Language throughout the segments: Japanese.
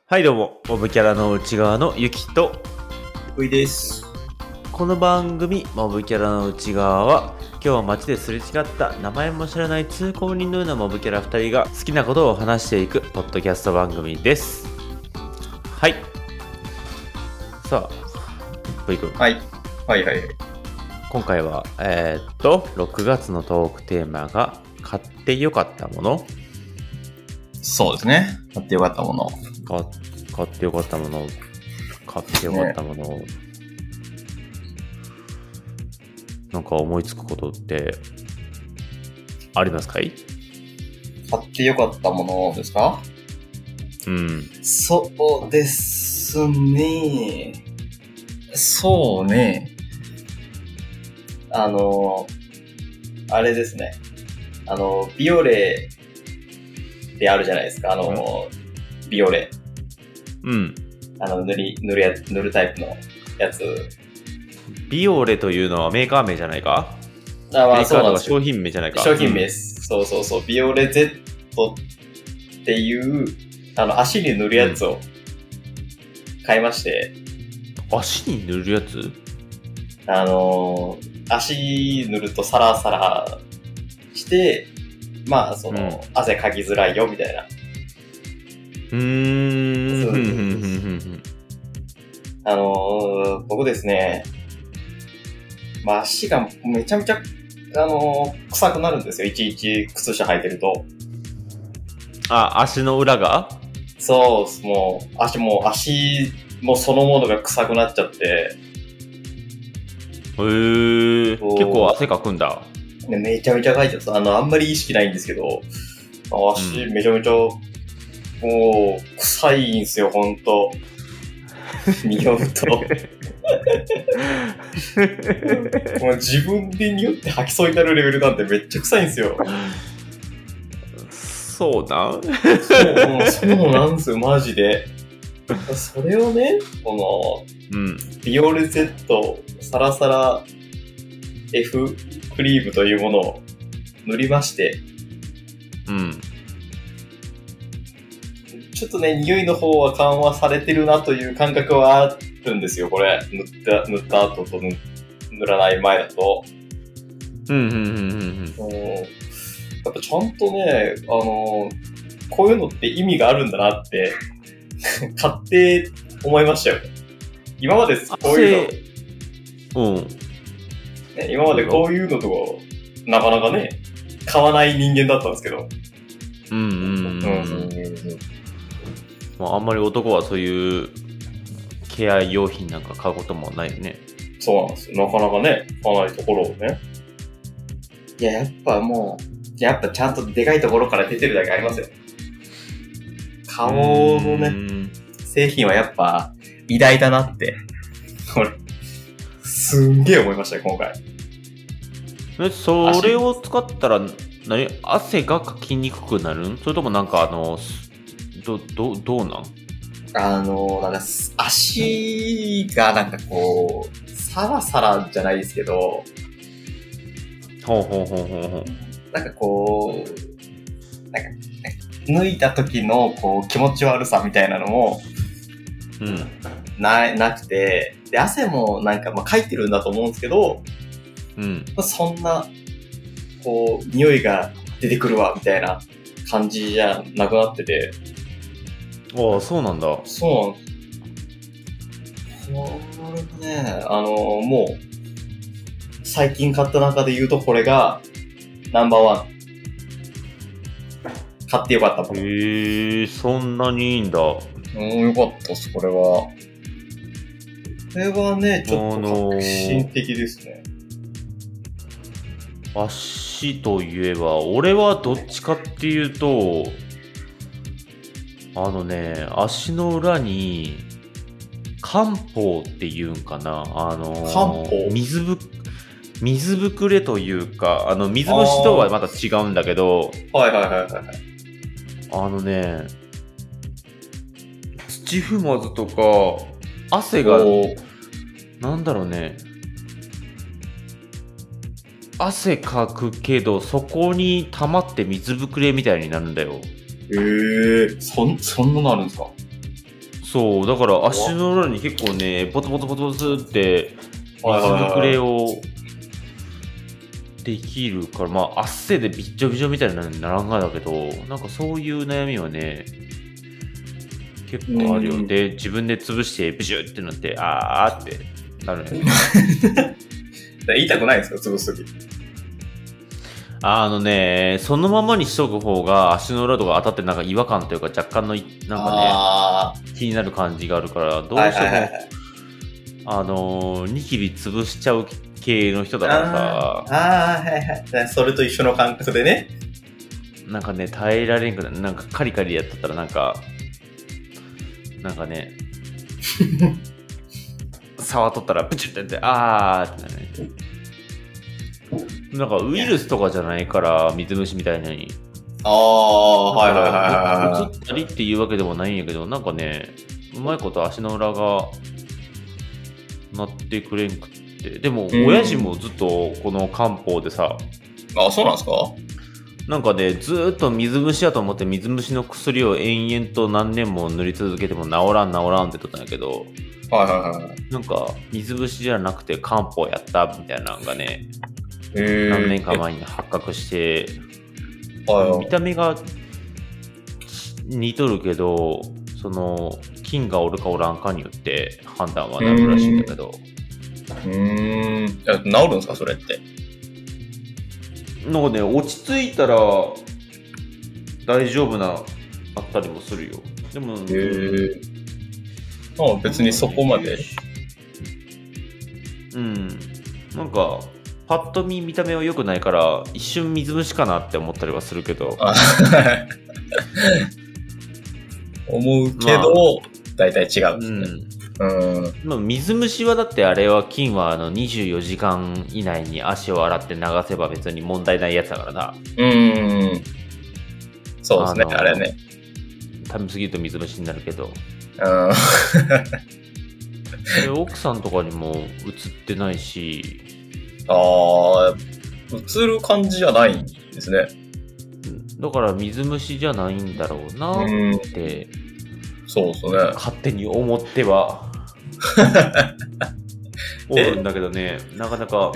はいどうも、モブキャラの内側のゆきと、 ういです。 この番組、モブキャラの内側は、今日は街ですれ違った名前も知らない通行人のようなモブキャラ2人が好きなことを話していくポッドキャスト番組です。はい。さあ、V 君。 はい。はい。 今回は、6月のトークテーマが、買ってよかったもの？ そうですね。買ってよかったもの。 買ってよかったもの。買ってよかったもの。ね、なんか思いつくことってありますかい？ 買ってよかったものですか？ うん。 そうですね。そうね。あれですね。ビオレであるじゃないですか。ビオレ。 うん。 塗るタイプのやつ。 ビオレというのはメーカー名じゃないか？ まあ、 メーカーとか商品名じゃないか？ 商品名です。そう。ビオレ Z っていう、足に塗るやつを買いまして。 足に塗るやつ？ 足塗るとサラサラして、まあ、汗かきづらいよ、みたいな。僕ですね、まあ、足がめちゃめちゃ、臭くなるんですよ。いちいち靴下履いてると。 あ、足の裏が？ そう、足もそのものが臭くなっちゃって。 結構汗かくんだ。 めちゃめちゃかいてます。あんまり意識ないんですけど、足めちゃめちゃ、もう、臭いんすよ、ほんと。匂うと。もう自分で匂って吐きそうになるレベルなんてめっちゃ臭いんすよ。 そうなん？ そうなんすよ、マジで。それをね、ビオレ Z サラサラ F クリームというものを塗りまして、ちょっとね、匂いの方は緩和されてるなという感覚はあるんですよ、これ。塗った後と塗らない前だと。やっぱちゃんとね、こういうのって意味があるんだなって、買って思いましたよ。今までこういうの、ね、今までこういうのとか、なかなかね、買わない人間だったんですけど。 まあ、あんまり男はそういうケア用品なんか買うこともないよね。 そうなんですよ。なかなかね、買わないところをね。いや、やっぱちゃんとでかいところから出てるだけありますよ。顔のね、製品はやっぱ偉大だなって、これ、すんげえ思いましたよ、今回。 それを使ったら、汗がかきにくくなるん？それともなんかどうなん？ なんか足がなんかこう、サラサラじゃないですけど、なんかこう、なんか、脱いだ時のこう気持ち悪さみたいなのも、なくて、で、汗もなんか、かいてるんだと思うんですけど、そんな、こう、匂いが出てくるわ、みたいな感じじゃなくなってて。 ああ、そうなんだ。 そうなんです。これね、もう、最近買った中で言うとこれが、ナンバーワン。買ってよかったもの。 そんなにいいんだ。 よかったっす、これは。これはね、ちょっと革新的ですね。 足といえば、俺はどっちかっていうと、足の裏に、漢方っていうんかな、 漢方？ 水ぶくれというか、水虫とはまた違うんだけど、土踏まずとか、汗が、なんだろうね、汗かくけど、そこに溜まって水ぶくれみたいになるんだよ。 そんなのあるんですか？ そう、だから足の裏に結構ね、ポツポツポツポツって水ぶくれをできるから、まあ汗でびっちょびちょみたいにならんがだけど、なんかそういう悩みはね、結構あるよ。で、自分で潰してブシュってなって、あーってなるね。 痛くないですか、潰すとき。 そのままにしとく方が足の裏とか当たってなんか違和感というか若干のなんかね、気になる感じがあるから、どうしても、ニキビ潰しちゃう系の人だからさ。 はいはい。それと一緒の感覚でね。 なんかね、耐えられんくなる。なんかカリカリやっとったらなんかね、触っとったらプチュってやって、あーってなるね。なんかウイルスとかじゃないから、水虫みたいなのに。 はいはいはい。移ったりっていうわけでもないんやけど、なんかね、うまいこと足の裏がなってくれんくって。でも、親父もずっとこの漢方でさ。 そうなんですか？ なんかね、ずーっと水虫やと思って水虫の薬を延々と何年も塗り続けても治らんって言ったんやけど、なんか水虫じゃなくて漢方やったみたいなのがね、何年か前に発覚して、見た目が似とるけど、その菌がおるかおらんかによって判断はなるらしいんだけど。 治るんですか、それって？ なんかね、落ち着いたら大丈夫なあったりもするよ。でも、 別にそこまで。 なんかパッと見た目は良くないから一瞬水虫かなって思ったりはするけど。 思うけど、大体違うんですね。 水虫はだってあれは菌は24時間以内に足を洗って流せば別に問題ないやつだからな。 そうですね、あれね。 食べ過ぎると水虫になるけど。奥さんとかにも移ってないし。 移る感じじゃないんですね。 だから水虫じゃないんだろうなって。 そうですね。 勝手に思ってはおるんだけどね、なかなか。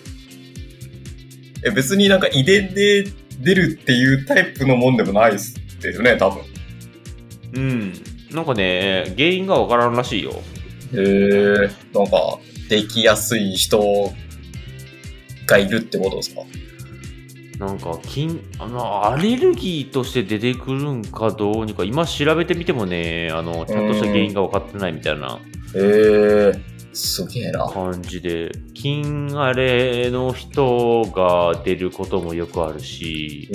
別になんか遺伝で出るっていうタイプのもんでもないですよね、多分。 なんかね、原因がわからんらしいよ。 なんか、できやすい人がいるってことですか？ なんかアレルギーとして出てくるんかどうにか今調べてみてもね、ちゃんとした原因が分かってないみたいなすげえな感じで、菌あれの人が出ることもよくあるし、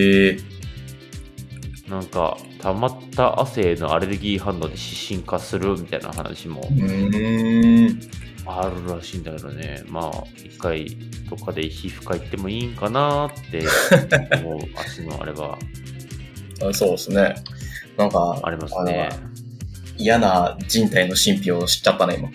なんか溜まった汗のアレルギー反応で湿疹化するみたいな話もあるらしいんだけどね。まあ一回どっかで皮膚科行ってもいいんかなって思う足のあれはそうですね。なんかありますね。 嫌な人体の神秘を知っちゃったね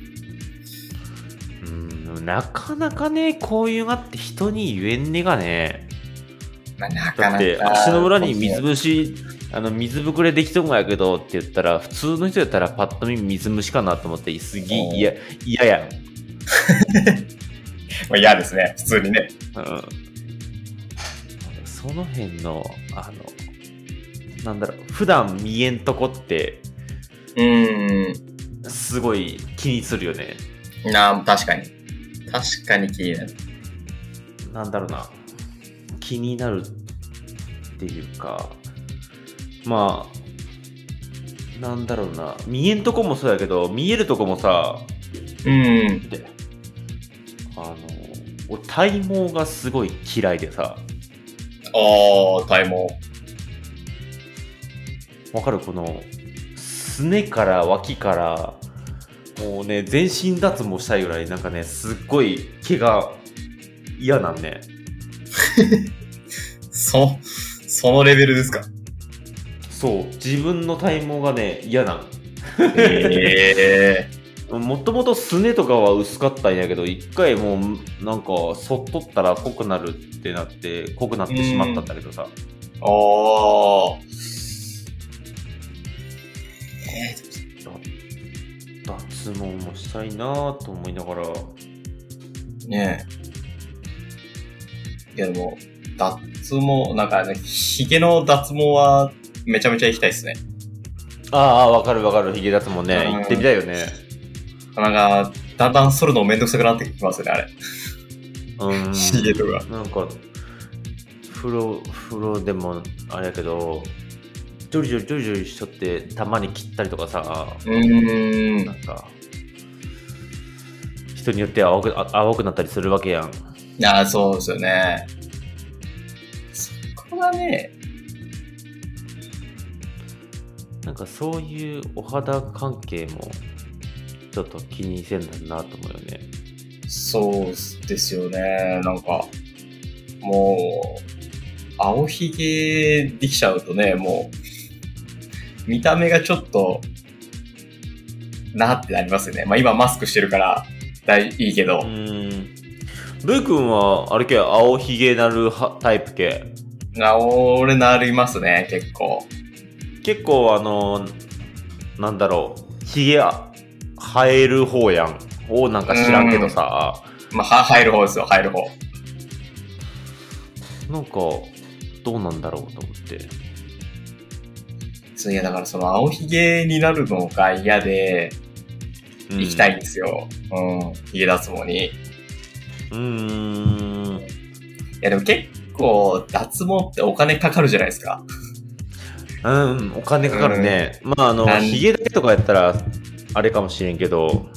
今。なかなかね、こういうのって人に言えんねがね。 なかなかだって足の裏に水虫、水ぶくれできそうやけどって言ったら、普通の人やったらパッと見水虫かなと思ってすげえ嫌やん。 まあ嫌ですね、普通にね。 その辺のなんだろう、普段見えんとこってすごい気にするよね。 確かに気になる。 なんだろうな、気になるっていうか、まあなんだろうな、見えんとこもそうやけど見えるとこもさ、俺体毛がすごい嫌いでさ。 体毛わかる？このすねから脇からもうね、全身脱毛したいぐらいなんかね、すっごい毛が嫌なんね。 そのレベルですか？ そう、自分の体毛がね嫌なん。もともとすねとかは薄かったんやけど、一回もうなんかそっとったら濃くなるってなって濃くなってしまったんだけどさ。 脱毛もしたいなと思いながら。 ねえ。いやでも、脱毛、なんかね、髭の脱毛はめちゃめちゃ行きたいですね。 ああ、わかるわかる。髭脱毛ね。行ってみたいよね。 なんか、だんだん剃るのめんどくさくなってきますよね、あれ。髭とか。 なんか、風呂でもあれやけど、ジョリジョリしとってたまに切ったりとかさ、なんか、人によっては青くなったりするわけやん。 ああ、そうですよね。そこがね、 なんかそういうお肌関係もちょっと気にせんだなと思うよね。 そうですよね。なんか、もう、青ひげできちゃうとね、もう、見た目がちょっと、なってなりますよね。まあ今マスクしてるからいいけど。 ブー君は、あれけ、青ひげなるタイプ系？ 俺なりますね、結構。 結構なんだろう、ひげ生える方やん。なんか知らんけどさ。 まあ、生える方ですよ、生える方。 なんか、どうなんだろうと思って。 いや、だからその青ひげになるのが嫌で、行きたいんですよ。ひげ脱毛に。いや、でも結構、脱毛ってお金かかるじゃないですか。 お金かかるね。まあ、ひげだけとかやったら、あれかもしれんけど、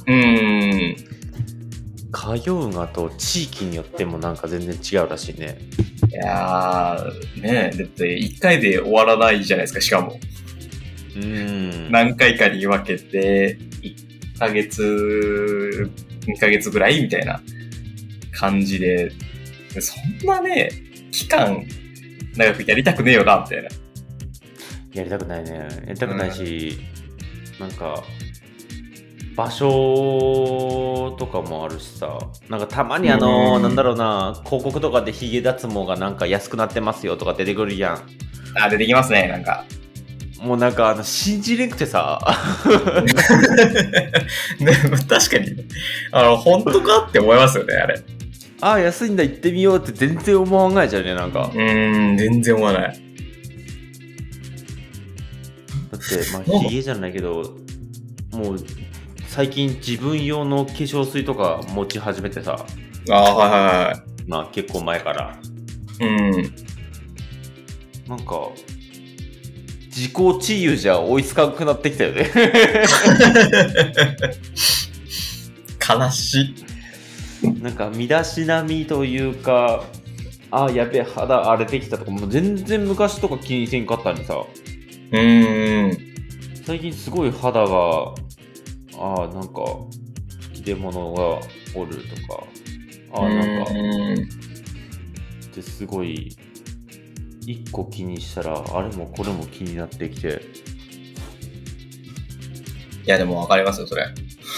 通うがと地域によってもなんか全然違うらしいね。 いやー、ねえ、だって1回で終わらないじゃないですか、しかも。何回かに分けて、1ヶ月、2ヶ月ぐらいみたいな感じで、そんなね、期間長くやりたくねえよな、みたいな。 やりたくないね。やりたくないし、なんか、場所とかもあるしさ、なんかたまになんだろうな、広告とかでヒゲ脱毛がなんか安くなってますよとか出てくるやん。 出てきますね、なんか。 もうなんか信じれんくてさ。 ね、確かに、本当かって思いますよね、あれ。 安いんだ、行ってみようって全然思わないじゃんね、なんか。 全然思わない。 だって、まあ、ヒゲじゃないけど、もう、最近自分用の化粧水とか持ち始めてさ。 はい。 まあ結構前から。なんか、自己治癒じゃ追いつかなくなってきたよね。 悲しい。 なんか身だしなみというか、やべえ、肌荒れてきたとか、もう全然昔とか気にせんかったのにさ。最近すごい肌が、なんか、吹き出物がおるとか、なんか、ってすごい、一個気にしたら、あれもこれも気になってきて。 いや、でもわかりますよ、それ。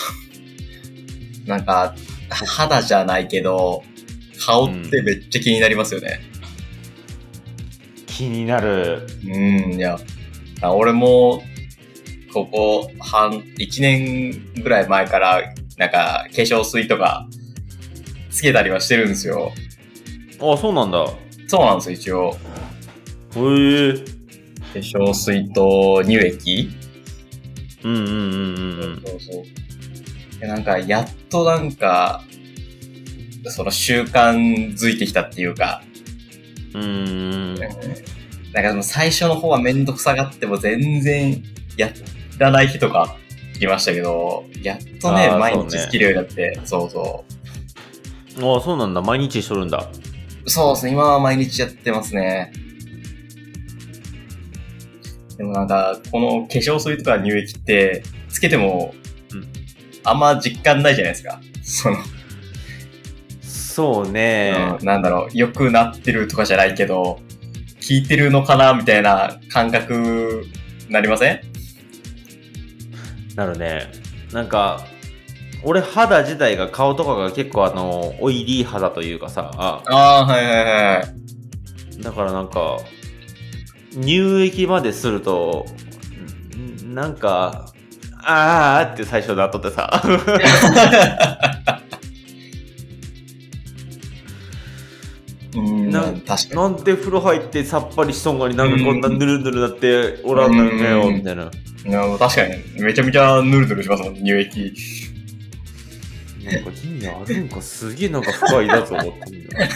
なんか、肌じゃないけど、顔ってめっちゃ気になりますよね。 気になる。 いや、俺も、ここ1年ぐらい前から、なんか、化粧水とか、つけたりはしてるんですよ。 そうなんだ。 そうなんですよ、一応。化粧水と乳液？ そう。 なんか、やっとなんか、その習慣づいてきたっていうか。なんか最初の方はめんどくさがっても全然やらない日とかいましたけど、やっとね、毎日つけるようになって、そう。 そうなんだ。毎日しとるんだ。 そうですね、今は毎日やってますね。でもなんか、この化粧水とか乳液って、つけても、あんま実感ないじゃないですか。 そうね、 なんだろう、良くなってるとかじゃないけど、効いてるのかなみたいな感覚なりません？ なるね。なんか、俺肌自体が顔とかが結構オイリー肌というかさ。 はい。 だからなんか、乳液まですると、なんか、 あーって最初なっとってさ。 確かに。 なんで風呂入ってさっぱりしとんがになんかこんなぬるぬるなっておらんのよ、みたいな。 確かに、めちゃめちゃヌルヌルしますもん、乳液。 なんか意味あるんか、すげえなんか深いなと思ってんだ。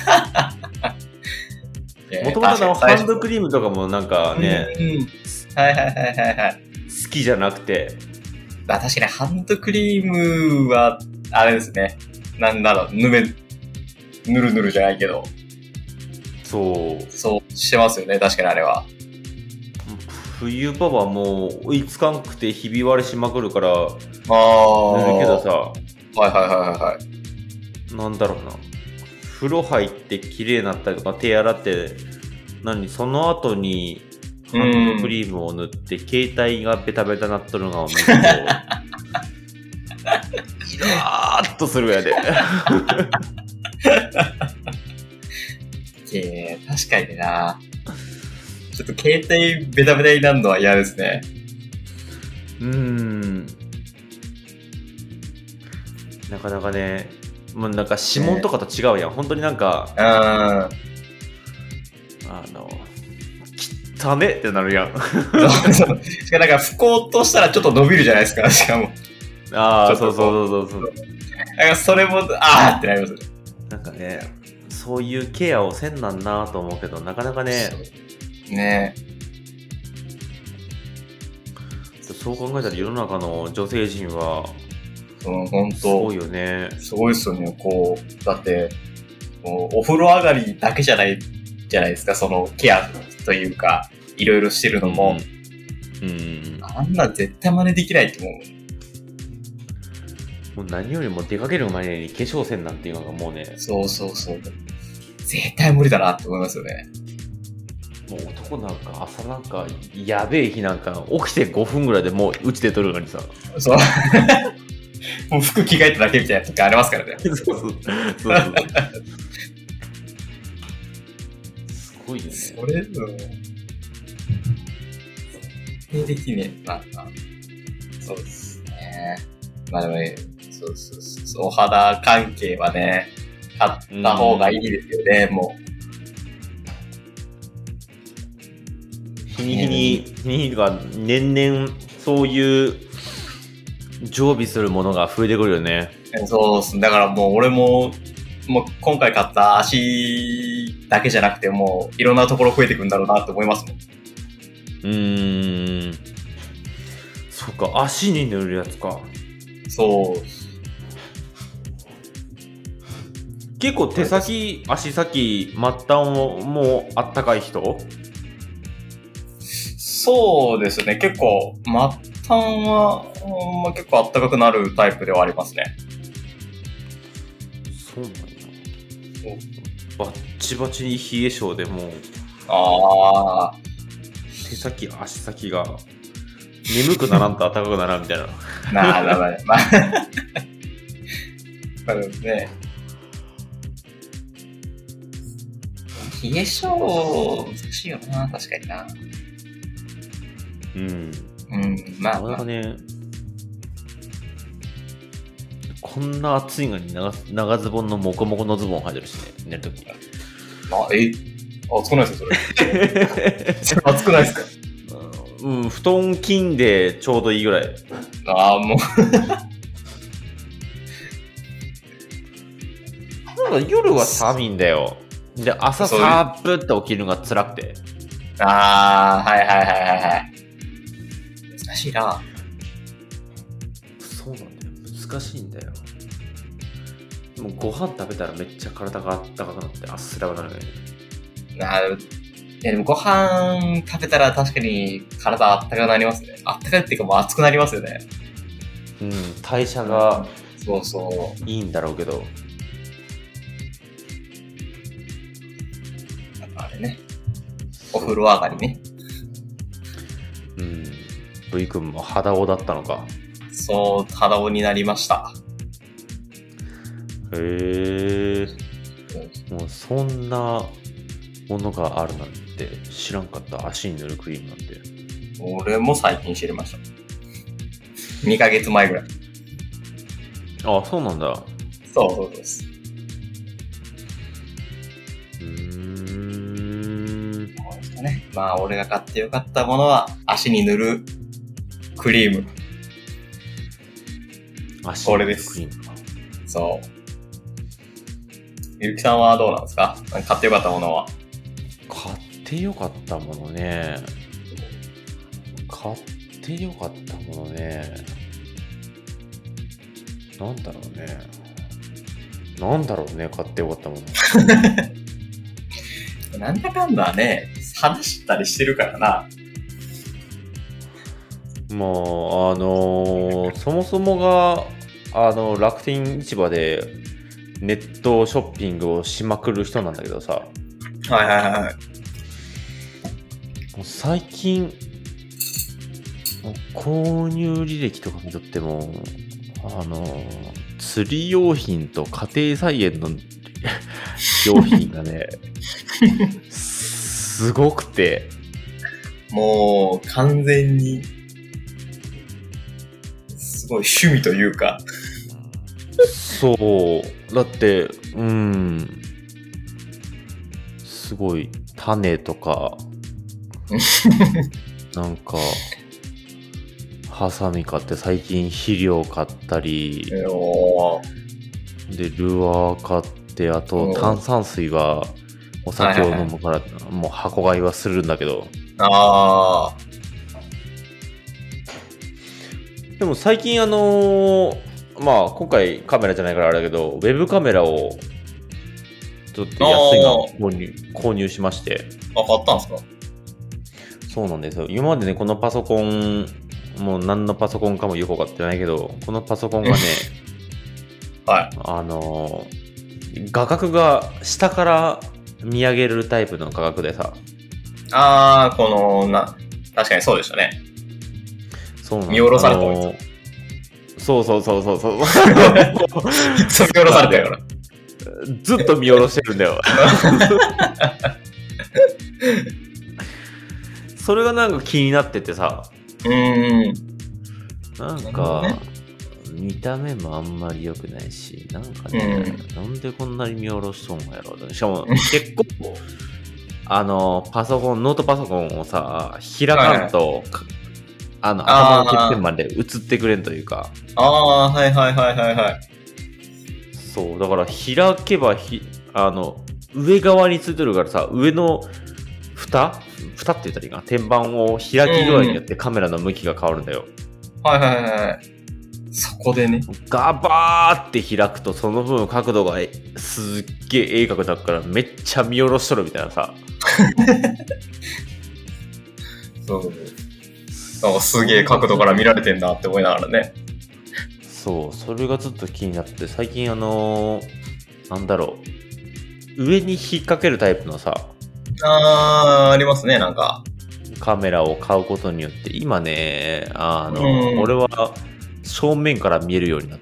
もともとハンドクリームとかもなんかね、 はいはいはいはいはい。 好きじゃなくて。 確かにハンドクリームは、あれですね。なんだろう、ぬるぬるじゃないけど。そうしてますよね、確かにあれは。 冬場はもう追いつかんくてひび割れしまくるから、塗るけどさ。 はいはいはいはい。 なんだろうな。風呂入って綺麗になったりとか手洗って、その後にハンドクリームを塗って携帯がベタベタなっとるのを見ると、イラーっとするやで。 確かにな。ちょっと携帯ベタベタになるのは嫌ですね。 なかなかね、もうなんか指紋とかと違うやん。本当になんか、汚ねってなるやん。 しかもなんか拭こうとしたらちょっと伸びるじゃないですか、しかも。 そう。 なんかそれも、あーってなりますね。 なんかね、そういうケアをせんなんなと思うけど、なかなかね。そう考えたら世の中の女性陣は、 本当すごいよね。 すごいですよね。だって、お風呂上がりだけじゃないじゃないですか、そのケアというか、いろいろしてるのも。あんな絶対真似できないと思う。もう何よりも出かける前に化粧せんなんていうのがもうね。 そう。絶対無理だなって思いますよね。 もう男なんか朝なんかやべえ日なんか起きて5分ぐらいでもううちで撮るのにさ。 そう。もう服着替えただけみたいな時ありますからね。 そうすごいよね。 それできねえ。なんか、そうですね。まあでもね、そう、お肌関係はね、買った方がいいですよね、もう。 日に日が年々そういう常備するものが増えてくるよね。 そうっす。だからもう俺も今回買った足だけじゃなくてもういろんなところ増えてくんだろうなって思いますもん。 そっか、足に塗るやつか。 そう。 結構手先、足先、末端をもうあったかい人？ そうですね。結構、末端は、結構あったかくなるタイプではありますね。 そうなんや。バッチバチに冷え性でもう、手先、足先が眠くならんと暖かくならんみたいな。 まあでもね。冷え性、難しいよな、確かにな。まあね、こんな暑いのに長ズボンのモコモコのズボン履いてるしね、寝るとき。 暑くないですか、それ。暑くないですか？ 布団金でちょうどいいぐらい。 もう。なんか夜は寒いんだよ。で、朝さーっぷって起きるのが辛くて。 はい。難しいな。 そうなんだよ。難しいんだよ。もうご飯食べたらめっちゃ体が温かくなって汗らがなるね。 でもご飯食べたら確かに体あったかくなりますね。あったかいっていうかもう熱くなりますよね。 代謝がそういいんだろうけど。 あれね。お風呂上がりね。 V 君も肌男だったのか。 そう、肌男になりました。 へえ。もうそんなものがあるなんて知らんかった。足に塗るクリームなんて。 俺も最近知りました。 2ヶ月前ぐらい。 あ、そうなんだ。 そうです。そうですかね。まあ、俺が買ってよかったものは、足に塗るクリーム。これです。そう。ゆるきさんはどうなんですか？買ってよかったものは。 買ってよかったものね。買ってよかったものね。なんだろうね。買ってよかったもの。なんだかんだね、話したりしてるからな。 もう、そもそもが、楽天市場でネットショッピングをしまくる人なんだけどさ。 はい。 もう最近、購入履歴とか見とっても、釣り用品と家庭菜園の用品がね、すごくて。 もう、完全に、すごい趣味というか。 そう。だって、すごい、種とか、なんか、ハサミ買って最近肥料買ったり、で、ルアー買って、あと炭酸水はお酒を飲むから、もう箱買いはするんだけど。でも最近まあ今回カメラじゃないからあれだけど、ウェブカメラをちょっと安いの購入しまして。 買ったんですか？ そうなんですよ。今までね、このパソコン、もう何のパソコンかもよくわかってないけど、このパソコンがね、 はい。 画角が下から見上げるタイプの画角でさ。 確かにそうでしたね。 そうなん見下ろされたもん。 そう。 いつも見下ろされたよな。 ずっと見下ろしてるんだよ。それがなんか気になっててさ。なんか、見た目もあんまり良くないし、なんかね、なんでこんなに見下ろしとんのやろう。しかも結構、ノートパソコンをさ、開かんと、頭のてっぺんまで映ってくれんというか。 はい。 そう、だから開けば上側についてるからさ、上の蓋って言ったらいいかな、天板を開き具合によってカメラの向きが変わるんだよ。 はい。そこでね。 ガバーって開くとその分角度がすっげえ鋭角だからめっちゃ見下ろしとるみたいなさ。 そう。なんかすげえ角度から見られてんなって思いながらね。 そう、それがずっと気になって最近なんだろう、上に引っ掛けるタイプのさ、 ありますね、なんかカメラを買うことによって今ね、俺は正面から見えるようになって、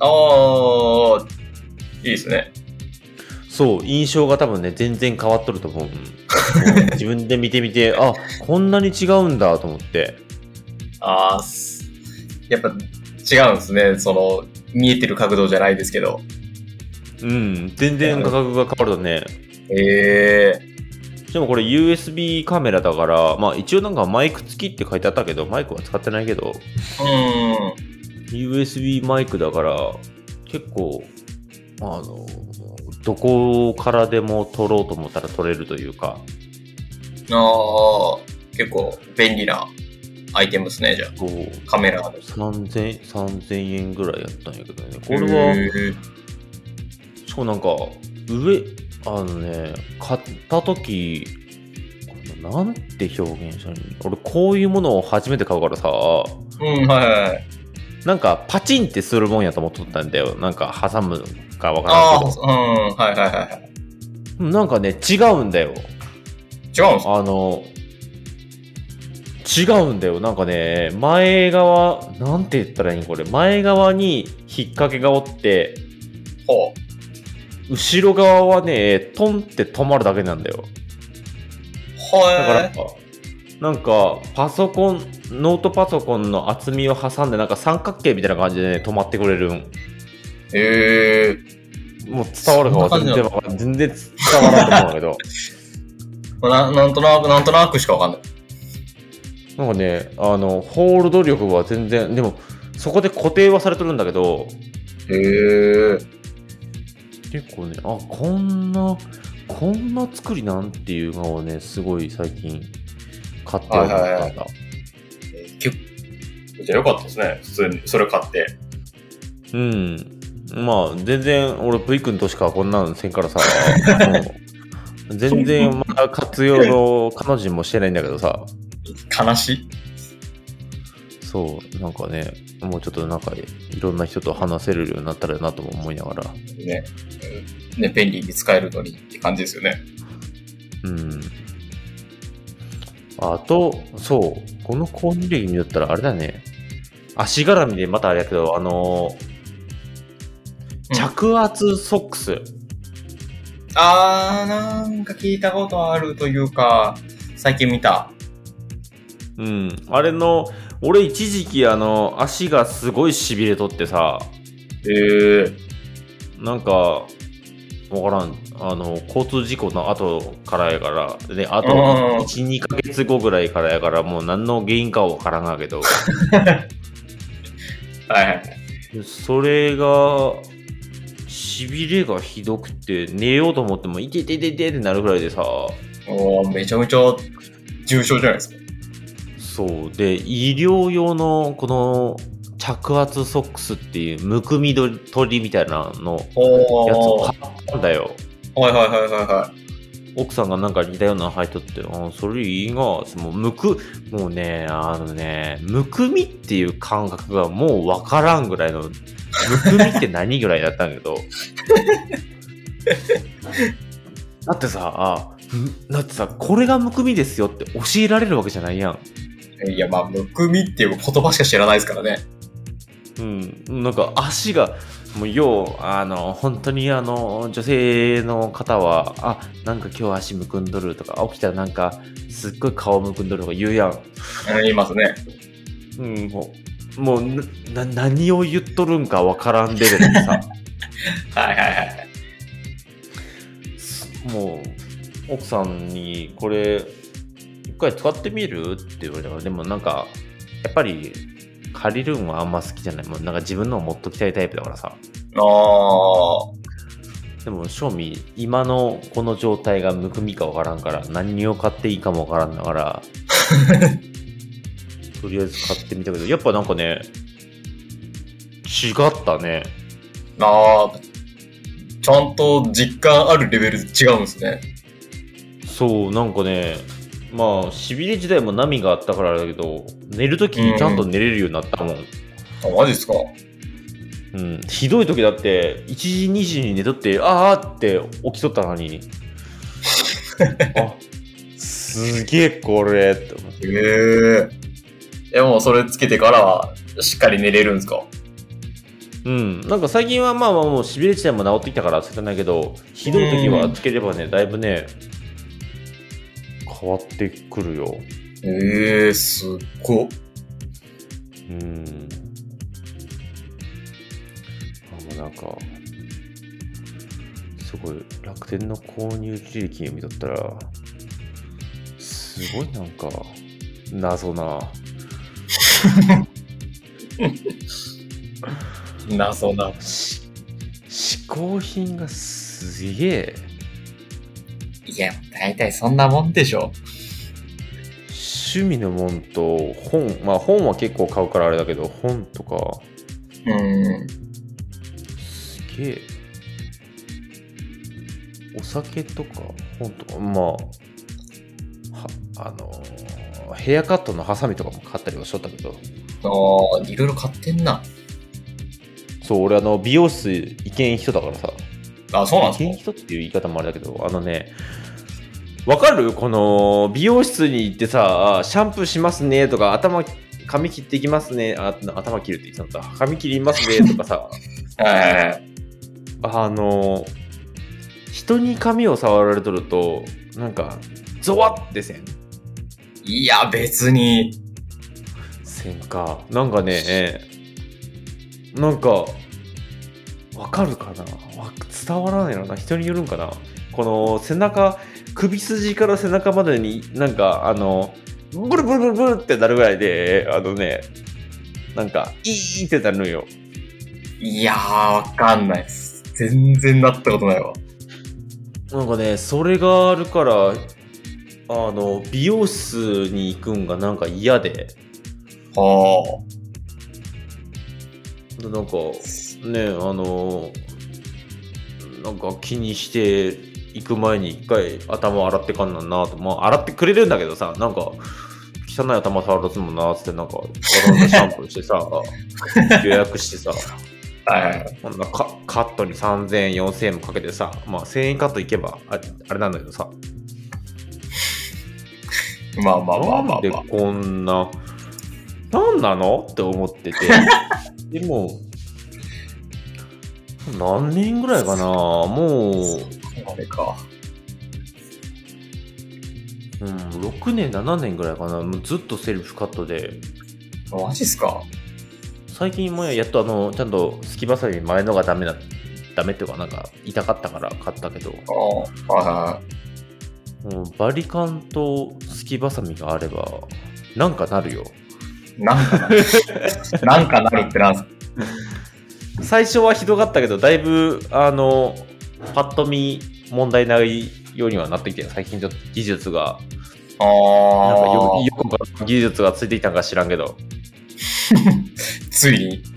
いいですね。 そう、印象が多分ね全然変わっとると思う。自分で見てみて、こんなに違うんだと思って。 やっぱ違うんですね。見えてる角度じゃないですけど。 全然画角が変わるとね。でもこれ USB カメラだから、まあ一応なんかマイク付きって書いてあったけど、マイクは使ってないけど、USB マイクだから、結構、どこからでも撮ろうと思ったら撮れるというか。 結構便利なアイテムですね、じゃあ。カメラで。 3000円ぐらいやったんやけどね。これは、しかもなんか、買った時、なんて表現したの？俺こういうものを初めて買うからさ、なんかパチンってするもんやと思っとったんだよ。なんか挟むかわからんけど。なんかね、違うんだよ。 違うんすか？違うんだよ。なんかね、前側、なんて言ったらいいんこれ。前側に引っ掛けがおって、後ろ側はね、トンって止まるだけなんだよ。だから、 なんかパソコン、ノートパソコンの厚みを挟んでなんか三角形みたいな感じでね止まってくれるん。もう伝わるかは全然伝わらんと思うんだけどなんとなくしかわかんない。 なんかね、ホールド力は全然、でもそこで固定はされてるんだけど、結構ね、こんな作りなんていうのをね、すごい最近買って思ったんだ。 結構、じゃあよかったですね。普通に、それ買って。 うん。まあ、全然、俺、プイ君としかこんなのせんからさ、全然まだ活用の彼女もしてないんだけどさ。 悲しい。 そう、なんかね、もうちょっとなんか、いろんな人と話せるようになったらなとも思いながら。 ね、便利に使えるのにって感じですよね。 うん。あと、そう、この購入歴によったらあれだね、足絡みでまたあれやけど、着圧ソックス。 なんか聞いたことあるというか、最近見た。 うん。あれの、俺一時期足がすごい痺れとってさ。なんか、わからん。交通事故の後からやから、で、あと1、2ヶ月後ぐらいからやから、もう何の原因かわからんがけど。 はいはい。 それが、痺れがひどくて、寝ようと思っても、いててててってなるぐらいでさ。 めちゃめちゃ重症じゃないですか。 そう。で、医療用のこの着圧ソックスっていうむくみ取りみたいなのやつを買ったんだよ。 はい。 奥さんがなんか似たようなの履いとって、それいいが、もうね、むくみっていう感覚がもうわからんぐらいの、むくみって何ぐらいだったんだけど。だってさ、これがむくみですよって教えられるわけじゃないやん。 いや、まあ、むくみっていう言葉しか知らないですからね。 うん、なんか足が、もう本当に女性の方は、なんか今日足むくんどるとか、起きたらなんか、すっごい顔むくんどるとか言うやん。 言いますね。 うん、もう何を言っとるんかわからんレベルでさ。 はい。 もう、奥さんに、これ、一回使ってみるって言われたから、でもなんか、やっぱり、借りるんはあんま好きじゃない。もうなんか自分のを持っときたいタイプだからさ。でも、正味、今のこの状態がむくみかわからんから、何を買っていいかもわからんだから、とりあえず買ってみたけど、やっぱなんかね、違ったね。 ちゃんと実感あるレベルで違うんですね。 そう、なんかね、まあ、痺れ時代も波があったからだけど、寝るときにちゃんと寝れるようになったもん。 マジっすか？ うん。ひどいときだって、1時、2時に寝とって、って起きとったのに、すげえこれって思って。 もうそれつけてからは、しっかり寝れるんですか？ うん。なんか最近はまあもう痺れ自体も治ってきたからつけてないけど、ひどいときはつければね、だいぶね、変わってくるよ。 すっごっ。 なんか、すごい楽天の購入履歴を見とったら、すごいなんか、謎な。 謎な。 嗜好品がすげえ。 いや、大体そんなもんでしょ。 趣味のもんと本、まあ本は結構買うからあれだけど、本とか。すげえ。お酒とか本とか、まあ、ヘアカットのハサミとかも買ったりはしとったけど。 いろいろ買ってんな。 そう、俺美容室行けん人だからさ。 そうなんですか？ 行けん人っていう言い方もあれだけど、わかる？この美容室に行ってさ、シャンプーしますねとか、髪切っていきますね、頭切るって言ってたんだ。髪切りますねとかさ。人に髪を触られとると、なんか、ゾワッてせん。 いや、別に。 せんか。なんかね、なんか、わかるかな、伝わらないのな。人によるんかな。この背中、首筋から背中までになんか、ブルブルブルブルってなるぐらいで、なんか、いいってなるのよ。 いやー、わかんないです。全然なったことないわ。 なんかね、それがあるから、美容室に行くんがなんか嫌で、 はなんか、ね、なんか気にして行く前に一回頭洗ってかんなんなと、まあ洗ってくれるんだけどさ、なんか、汚い頭触らすもんなーっつって、なんか、わざわざシャンプーしてさ、予約してさ、 あ。はいはいはい。 こんなカットに3000円、4000円もかけてさ、まあ1000円カット行けばあれなんだけどさ、 まあまあまあまあ、まあ。 なんでこんな、なんなのって思ってて、でも、何年ぐらいかな、もあれか。 う、6年、7年ぐらいかな、もうずっとセルフカットで、 マジっすか？ 最近もやっとちゃんとすきばさみ前のがダメっていうか、なんか痛かったから買ったけど、 ああ、はもうバリカンとすきばさみがあれば、なんかなるよ。 いはい。なんかなる。なんかなるってなんすか？ 最初はひどかったけど、だいぶ、パッと見問題ないようにはなってきて、最近ちょっと技術が、 あなんかあ。 よく技術がついてきたんか知らんけど、 ついに。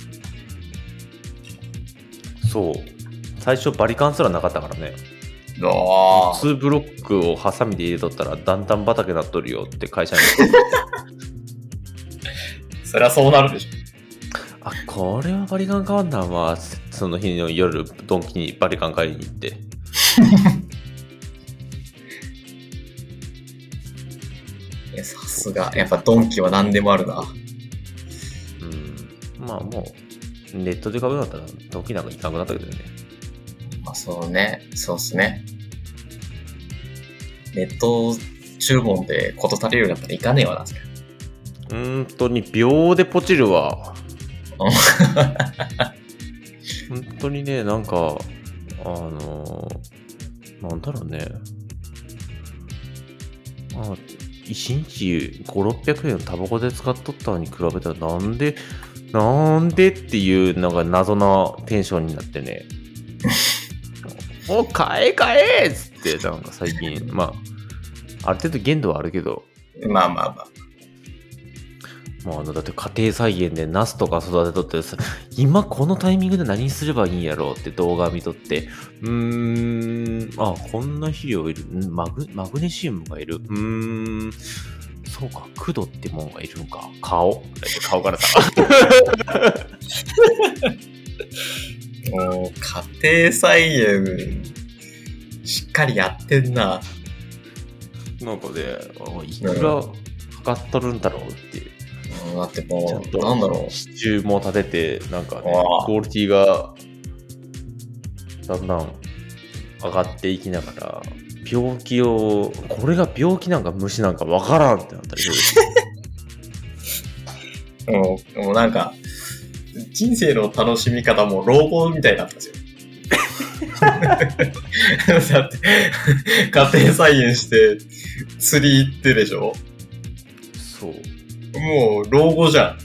そう。最初バリカンすらなかったからね。 ああ。 2ブロックをハサミで入れとったら、だんだん畑になっとるよって会社に。 そりゃそうなるでしょ。 あ、これはバリカン変わんなんわ。その日の夜、ドンキにバリカン買いに行って。 いや、さすが。やっぱドンキは何でもあるな。 まあもう、ネットで買うようになったら、ドンキなんか行かなくなったけどね。 まあそうね。そうっすね。ネット注文で事足りるようになったらいかねえわな、それ。 本当に秒でポチるわ。本当にね、なんか、なんだろうね。1日5、600円タバコで使っとったのに比べたら、なんでっていうのが謎なテンションになってね。もう買えっつって、なんか最近、まあ、ある程度限度はあるけど、 まあまあまあ。 もうだって家庭菜園でナスとか育てとってさ、今このタイミングで何すればいいんやろうって動画見とって、こんな肥料いる、マグネシウムがいる、そうか、クドってもんがいるんか、顔からさ。 もう、家庭菜園、しっかりやってんな。 なんかね、いくらかかっとるんだろうっていう。 だってちゃもう、 んとなんだろう。 支柱も立てて、なんかね、 ああクオリティがだんだん上がっていきながら、これが病気なんか虫なんかわからんってなったりする。 もうなんか、人生の楽しみ方も老後みたいになったんですよ。だって、家庭菜園して釣り行ってでしょ？ そう。 もう老後じゃん。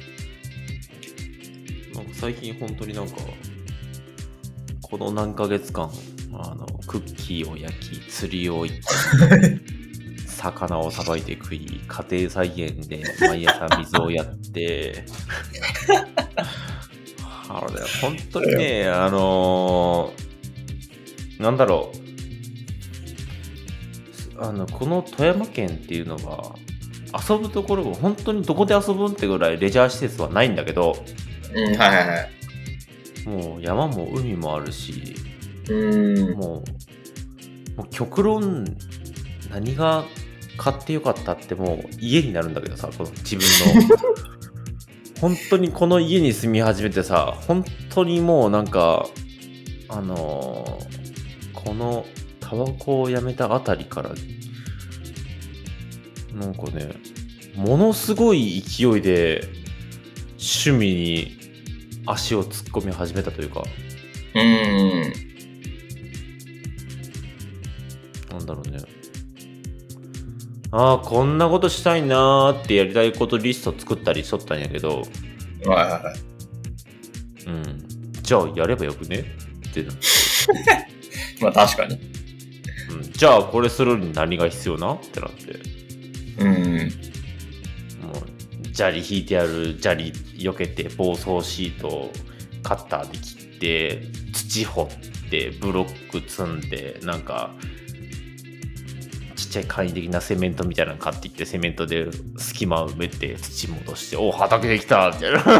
なんか最近本当になんか、この何ヶ月間、クッキーを焼き、釣りを行って、魚をさばいて食い、家庭菜園で毎朝水をやって、本当にね、なんだろう、この富山県っていうのは、遊ぶところが本当にどこで遊ぶんってぐらいレジャー施設はないんだけど、 はいはいはい。 もう山も海もあるし、もう極論何が買ってよかったってもう家になるんだけどさ、この自分の本当にこの家に住み始めてさ、本当にもうなんかこのタバコをやめたあたりからなんかね、ものすごい勢いで趣味に足を突っ込み始めたというか、なんだろうね。ああ、こんなことしたいなーってやりたいことリスト作ったりしとったんやけど、じゃあやればよくねってなって。 まあ確かに。 じゃあこれするに何が必要なってなって。もう砂利引いてある砂利避けて包装シートをカッターで切って土掘ってブロック積んでなんかちっちゃい簡易的なセメントみたいなの買ってきてセメントで隙間を埋めて土戻してお畑できたみたいな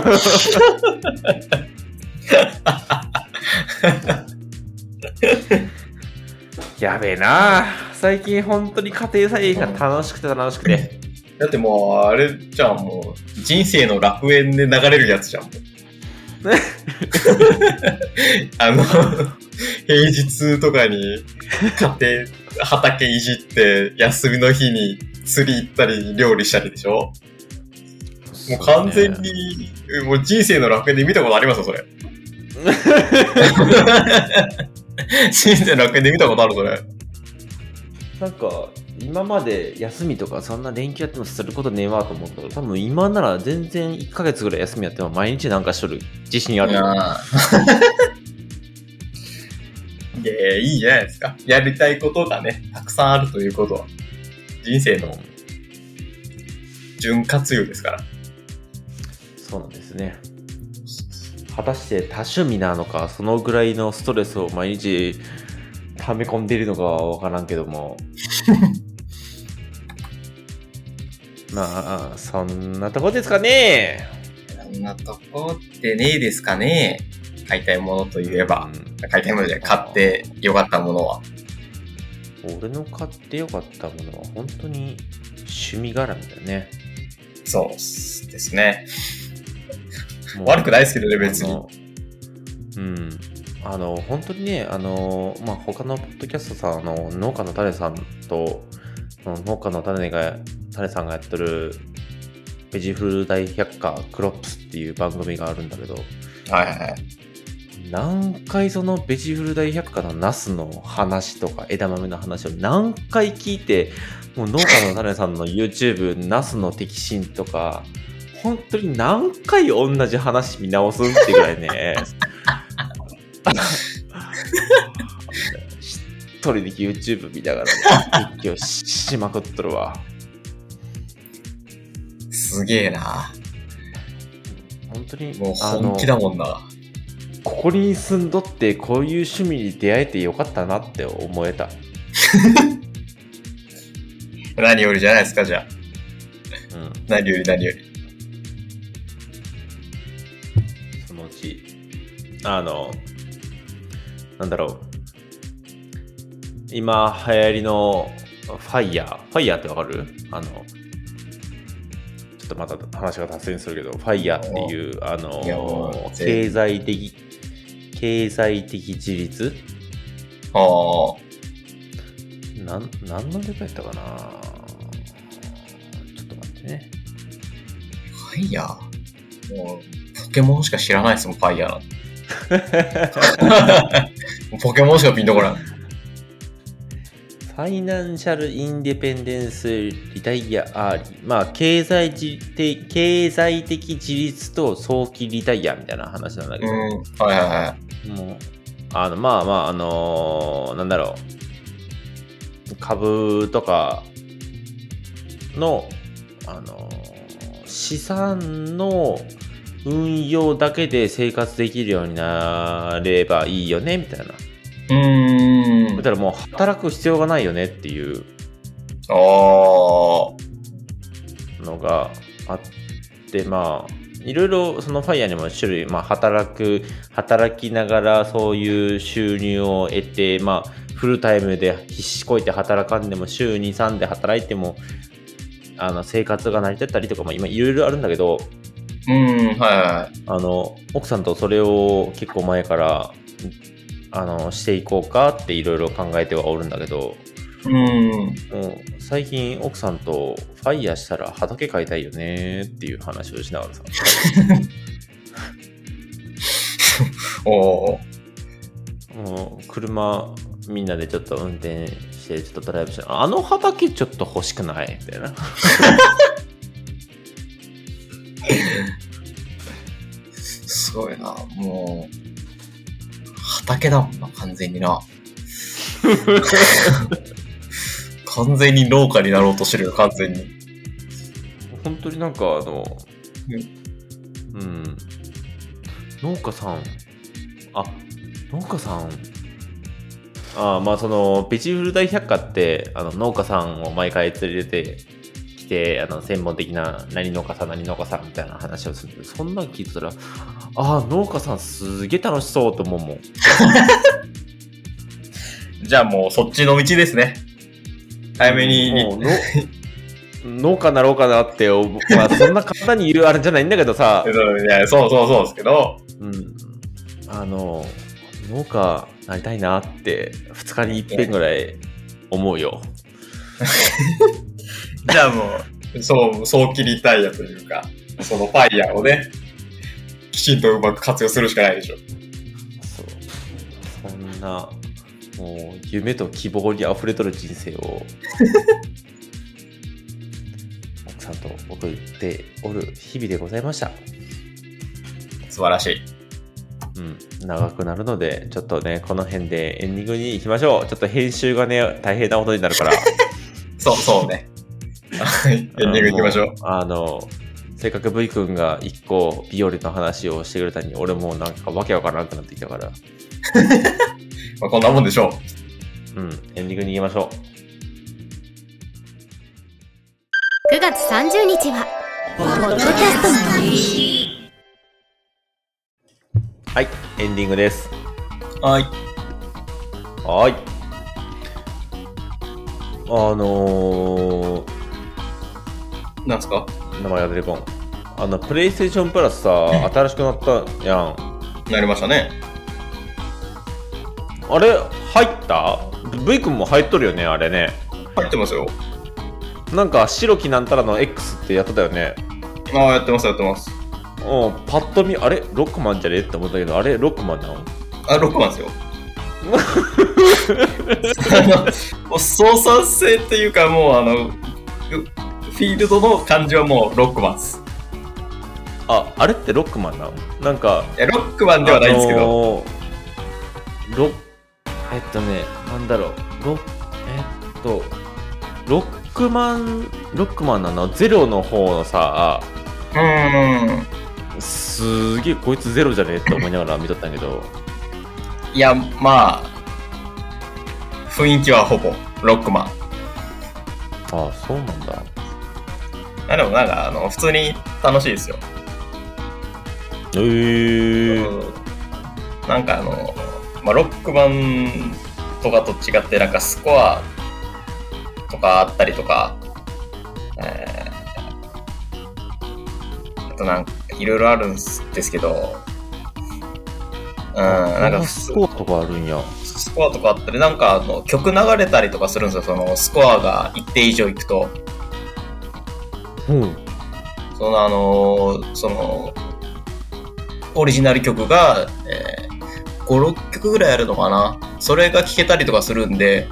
やべえな最近本当に家庭菜園が楽しくて楽しくてだってもうあれじゃんもう人生の楽園で流れるやつじゃんもう平日とかに家庭畑いじって休みの日に釣り行ったり料理したりでしょ。もう完全にもう人生の楽園で見たことありますよそれ人生の楽園で見たことあるそれ。 なんか今まで休みとかそんな連休やってもすることねえわと思ったけど多分今なら全然1ヶ月ぐらい休みやっても毎日なんかしとる自信ある。 いいじゃないですか。やりたいことがねたくさんあるということは人生の潤滑油ですから。 そうなんですね。果たして多趣味なのかそのぐらいのストレスを毎日溜め込んでいるのかは分からんけどもまあそんなとこですかね。 そんなとこってねえですかね。買いたいものといえば、買いたいものじゃ買ってよかったものは俺の買ってよかったものは本当に趣味絡みだね。 そうですね。悪くないですけどね別に。 本当にね他のポッドキャストさん農家の種さんと農家の種さんがやってるベジフル大百科クロップスっていう番組があるんだけど、何回そのベジフル大百科のナスの話とか枝豆の話を何回聞いてもう農家の種さんの YouTube ナスの摘心とか本当に何回同じ話見直すってぐらいね一人で YouTube 見ながらね実況しまくっとるわ。 すげえな。 本当にもう本気だもんな。 ここに住んどってこういう趣味に出会えてよかったなって思えた何よりじゃないですかじゃあ、何よりそのうちなんだろう今流行りのファイヤーってわかる？ちょっとまた話が脱線するけどファイヤーっていう経済的自立何のデカやったかな。ちょっと待ってね。 ファイヤーもうポケモンしか知らないですもんファイヤーポケモンしかピンとこない。 ファイナンシャルインディペンデンスリタイアアーリー。経済的自立と早期リタイアみたいな話なんだけど。もうなんだろう。株とかの、資産の運用だけで生活できるようになればいいよねみたいな。だからもう働く必要がないよねっていうのがあっていろいろそのファイヤーにも種類働きながらそういう収入を得てフルタイムで必死こいて働かんでも週2、3で働いても生活が成り立ったりとか今いろいろあるんだけど奥さんとそれを結構前からしていこうかっていろいろ考えてはおるんだけどうん。 もう最近奥さんとファイヤーしたら畑買いたいよねっていう話をしながらさ。 おー。 もう車みんなでちょっと運転してちょっとドライブして、あの畑ちょっと欲しくないみたいな。 すごいな。もう、畑だもんな、完全にな。完全に農家になろうとしてるよ、完全に。 本当になんか農家さん、まあそのベジフル大百科って農家さんを毎回連れてきて専門的な何農家さんみたいな話をするんで、そんなん聞いてたら農家さんすげえ楽しそうと思うもん。 じゃあもうそっちの道ですね。早めに。 もう農家になろうかなって、まあ、そんな簡単に言うあれじゃないんだけどさ。 いや、そうですけど。 農家なりたいなって2日に一遍ぐらい思うよ。 じゃあもう、そう切りたいやというか、そのファイヤーをね、きちんとうまく活用するしかないでしょ。 そんな、もう夢と希望にあふれとる人生を奥さんと送っておる日々でございました。 素晴らしい。 長くなるので、ちょっとね、この辺でエンディングに行きましょう。ちょっと編集がね、大変なことになるから。 そうね。エンディング行きましょう。 せっかく V 君が一個ビオレの話をしてくれたのに、俺もなんかわけわからなくなってきたから。 まあこんなもんでしょう。エンディングに行きましょう。9月30日は、ポッドキャストの日。 はい、エンディングです。 はい。なんすか？ 名前が出てこん。プレイステーションプラスさ、新しくなったやん。 なりましたね。 あれ、入った？ V 君も入っとるよね、あれね。 入ってますよ。 なんか、白木なんたらの X ってやってたよね。 やってます。 パッと見、あれロックマンじゃねって思ったけど、あれロックマンなの？ ロックマンですよ。操作性っていうか、もうフィールドの感じはもうロックマンです。 あれってロックマンなの？なんか、 ロックマンではないんですけど、 なんだろう、ロックマンなの？ゼロの方のさ、すげえこいつゼロじゃねえって思いながら見とったんやけど、 いや、まあ雰囲気はほぼロックマン。 そうなんだ。 でもなんか普通に楽しいですよ。なんかロックマンとかと違ってなんかスコアとかあったりとか、あとなんかいろいろあるんですけど、なんかスコアとかあるんや。 スコアとかあったり、なんか曲流れたりとかするんですよ。そのスコアが一定以上いくと。そのオリジナル曲が、5、6曲ぐらいあるのかな。それが聴けたりとかするんで、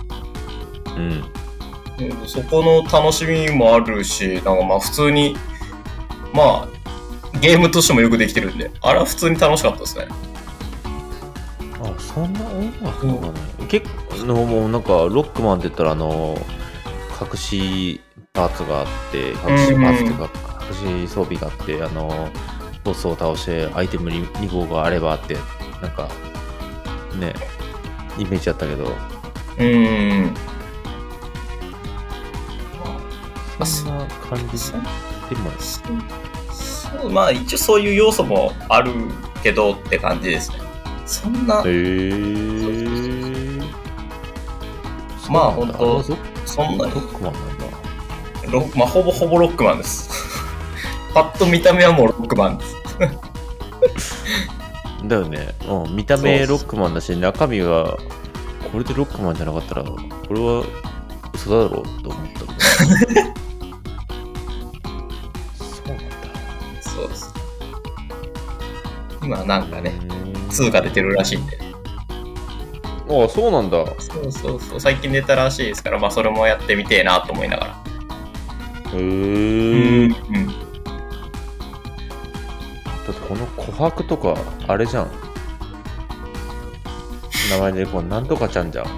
そこの楽しみもあるし、なんかまあ普通にまあゲームとしてもよくできてるんで、あれは普通に楽しかったですね。 そんな音楽とかね、結構もうなんかロックマンって言ったら隠しパーツがあって、隠しパーツというか隠し装備があって、ボスを倒してアイテム2号があればって、なんかね、イメージだったけど、そんな感じでもまあ一応そういう要素もあるけどって感じですね。そんなまあ本当そんなロックマンなんだ。 まあほぼほぼロックマンです。パッと見た目はもうロックマンです。 だよね。見た目ロックマンだし、中身がこれでロックマンじゃなかったら、これは嘘だろうと思ったけど。そうなんだ。 そうです。今なんかね、2が出てるらしいんで。 ああ、そうなんだ。 そうそうそう、最近出たらしいですから、まあそれもやってみてえなと思いながら。 へえ。だってこの琥珀とか、あれじゃん。名前でこう、なんとかちゃんじゃん。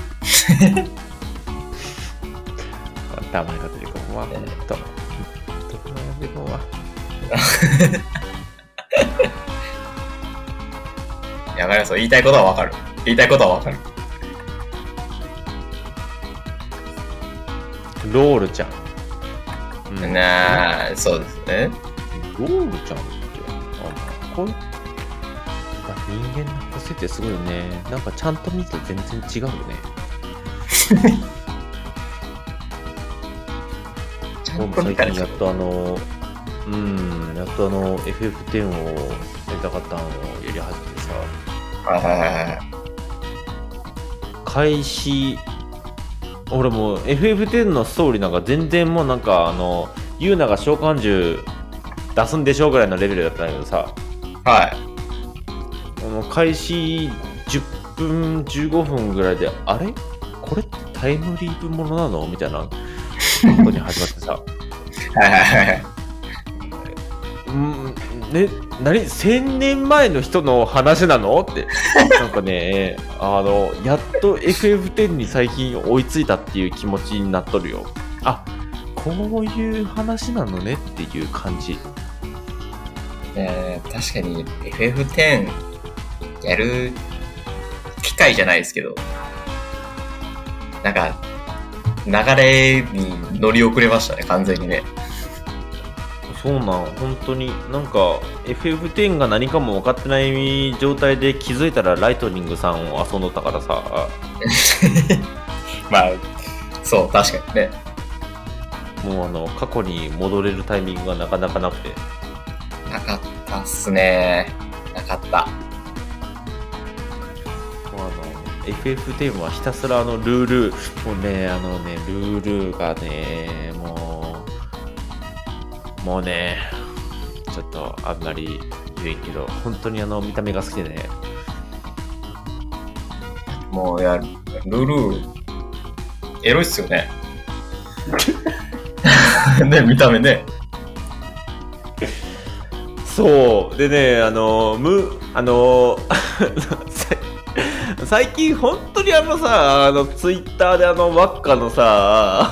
名前が出てこんわ、ほんと。名前が出てこんわ。 いや、わかります。言いたいことはわかる。言いたいことはわかる。 ロールちゃん。 なあ、そうですね。 ロールちゃんって、これ、人間の個性ってすごいよね。なんかちゃんと見ると全然違うよね。最近やっとやっとFF10 をやりたかったのをやり始めてさ。 はいはいはい。 開始、俺もう FF10 のストーリーなんか全然もうなんかユーナが召喚獣出すんでしょうぐらいのレベルだったんだけどさ。 はい。 開始10分15分ぐらいで、あれこれってタイムリープものなのみたいなことに始まってさ。 はいはいはい。 1000年前の人の話なのってなんかねやっと FF10 に最近追いついたっていう気持ちになっとるよ。あ、こういう話なのねっていう感じ。 確かに FF10 やる機会じゃないですけど、なんか流れに乗り遅れましたね、完全にね。 そうなん、本当になんか FF10 が何かも分かってない状態で気づいたらライトニングさんを遊んどったからさ。 まあそう確かにね。 もう過去に戻れるタイミングがなかなかなくて。 なかったっすね。なかった。 FF10 はひたすらルール、もうねルールがねもうねちょっとあんまり言えんけど、本当に見た目が好きでね。 もうルーエロいっすよね。ね、見た目ね。 そうでね最近本当にツイッターでワッカのさ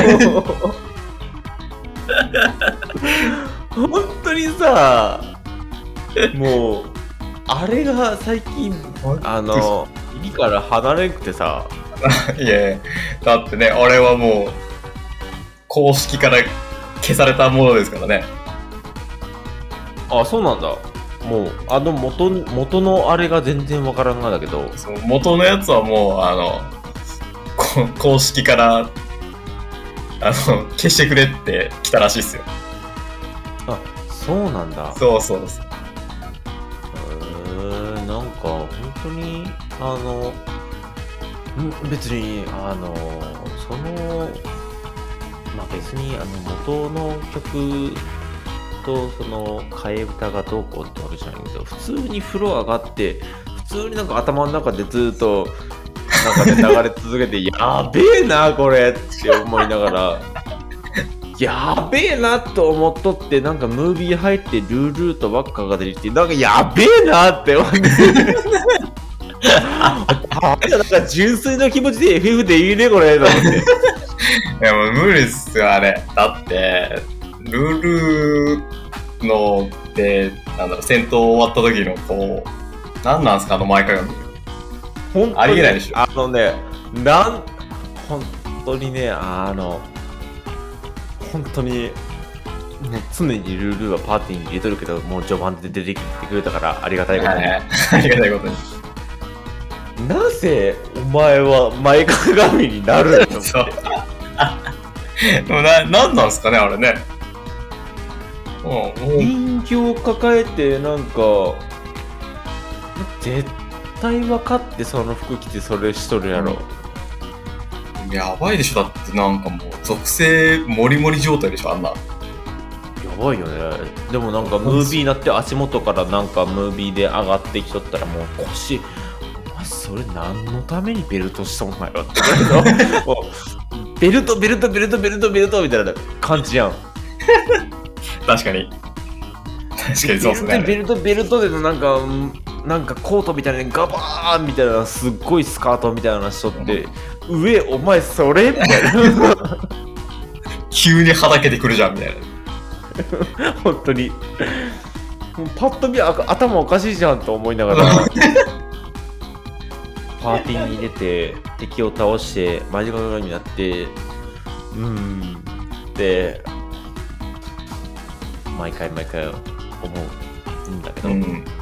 本当にさ、もうあれが最近耳から離れなくてさ。 いやだってね、俺はもう公式から消されたものですからね。 あ、そうなんだ。もう元のあれが全然わからんがだけど、 その元のやつはもう公式から消してくれって来たらしいっすよ。 あ、そうなんだ。 そうそうそう。 なんか本当に別にまあ別に元の曲と替え歌がどうこうってわけじゃないけど、普通に風呂上がって普通になんか頭の中でずっとなんかね流れ続けてやべえなこれって思いながらやべえなと思っとって、なんかムービー入ってルールーとワッカが出てきて、なんかやべえなって思ってなんか純粋な気持ちで FF でいいねこれと思って。 いやもう無理っすよあれ。だってルールので戦闘終わった時のこう何なんすか前かがありえないでしょ。 本当にね本当にもう常にルールはパーティーに入れとるけど、もう序盤で出てきてくれたからありがたいことに、 ありがたいことに。 なぜお前は前かがみになるの？ そうなんなんすかねあれね。 人形抱えてなんか絶対分かってその服着てそれしとるやろ。 やばいでしょ。だってなんかもう、属性モリモリ状態でしょ、あんな。 やばいよね。でもなんかムービーになって足元からなんかムービーで上がってきとったらもう腰、お前それ何のためにベルトしとんなよってぐらいのもうベルトみたいな感じやん。 確かに。確かにそうっすね。 ベルトでのなんかコートみたいなガバーンみたいなすっごいスカートみたいなのしとって、上お前それみたいな。 急にはだけてくるじゃんみたいな。 本当にもうパッと見頭おかしいじゃんと思いながらパーティーに入れて敵を倒してマジカルになってって毎回思うんだけど、 い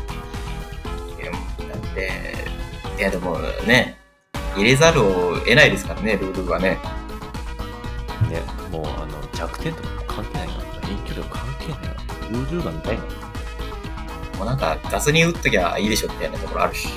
やでもね、入れざるを得ないですからね、ルールはね。 ね、もう弱点とか関係ないから、遠距離関係ないから、ルールが見たいの。 もうなんか雑に打っときゃいいでしょみたいなところあるし。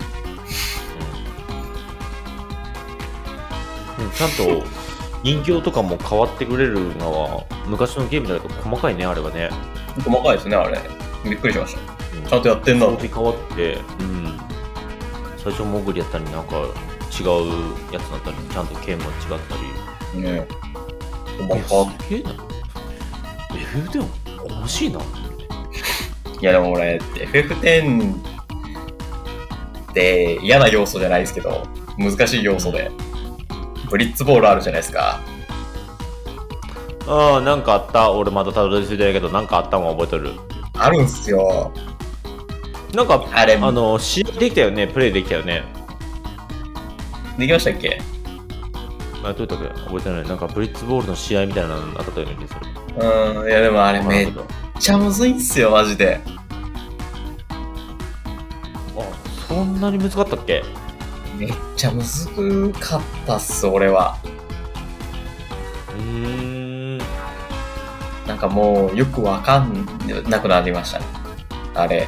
ちゃんと人形とかも変わってくれるのは昔のゲームだと細かいね、あれはね。 細かいですね、あれ。びっくりしました。ちゃんとやってんな。 装備変わって、最初モグリやったりなんか違うやつだったり、ちゃんと剣も違ったり。 ねえ、すげえな。FF でも欲しいな。 いやでも俺、FF10 って嫌な要素じゃないですけど、難しい要素で、ブリッツボールあるじゃないですか。 ああ、なんかあった。俺まだたどり着いてないけど、なんかあったのは覚えてる。 あるんすよ。 なんか、 あれ、 試合できたよね、プレイできたよね。 できましたっけ？ どうやったっけ覚えてない。なんかブリッツボールの試合みたいなのあったような気がする。 いやでもあれめっちゃむずいんすよ、マジで。 あ、そんなに難かったっけ？ めっちゃむずかったっす、俺は。なんかもうよくわかんなくなりましたね、あれ。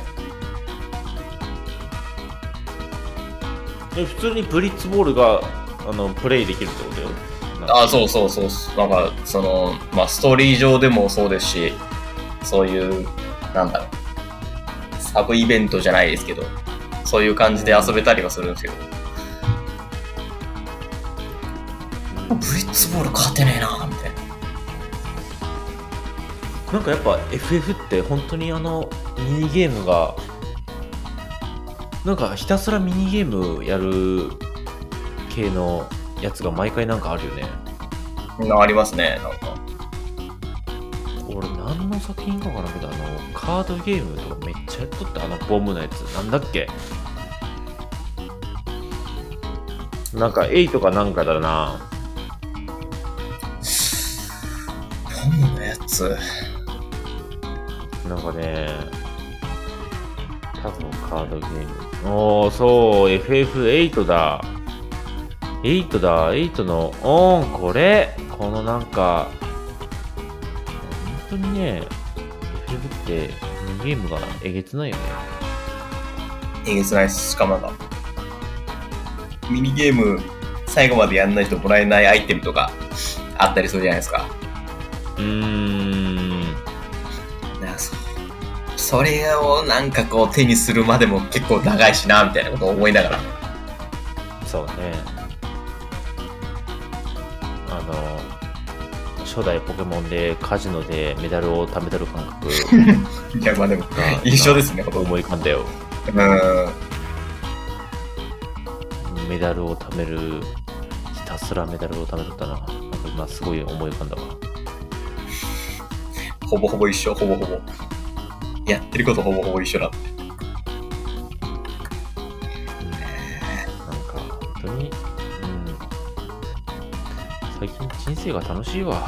普通にブリッツボールがプレイできるってことよ。 あ、そう。なんかまあストーリー上でもそうですし、そういうなんだろう、サブイベントじゃないですけど、そういう感じで遊べたりはするんですけど、ブリッツボール勝てねえなみたいな。 なんかやっぱ FF って本当にミニゲームがなんかひたすらミニゲームやる系のやつが毎回なんかあるよね。 ありますね、なんか。 俺何の作品かわからんけど、カードゲームとかめっちゃやっとって、ボムのやつ。なんだっけ？なんか8かなんかだな。 ボムのやつ。 なんかね、多分カードゲーム。おー、そう、FF8 だ。8の、このなんか、本当にね、FF ってミニゲームがえげつないよね。 えげつないっす。しかもなんか、ミニゲーム最後までやんないともらえないアイテムとかあったりするじゃないですか。なんかそれをなんかこう手にするまでも結構長いしなみたいなことを思いながら。 そうね。初代ポケモンでカジノでメダルを貯めてる感覚。 いや、まあでも一緒ですね。 思い浮かんだよ。メダルを貯める、ひたすらメダルを貯めとったな。なんか今すごい思い浮かんだわ。 ほぼほぼ一緒、ほぼほぼ。やってることほぼほぼ一緒だって。 なんか本当に、最近人生が楽しいわ。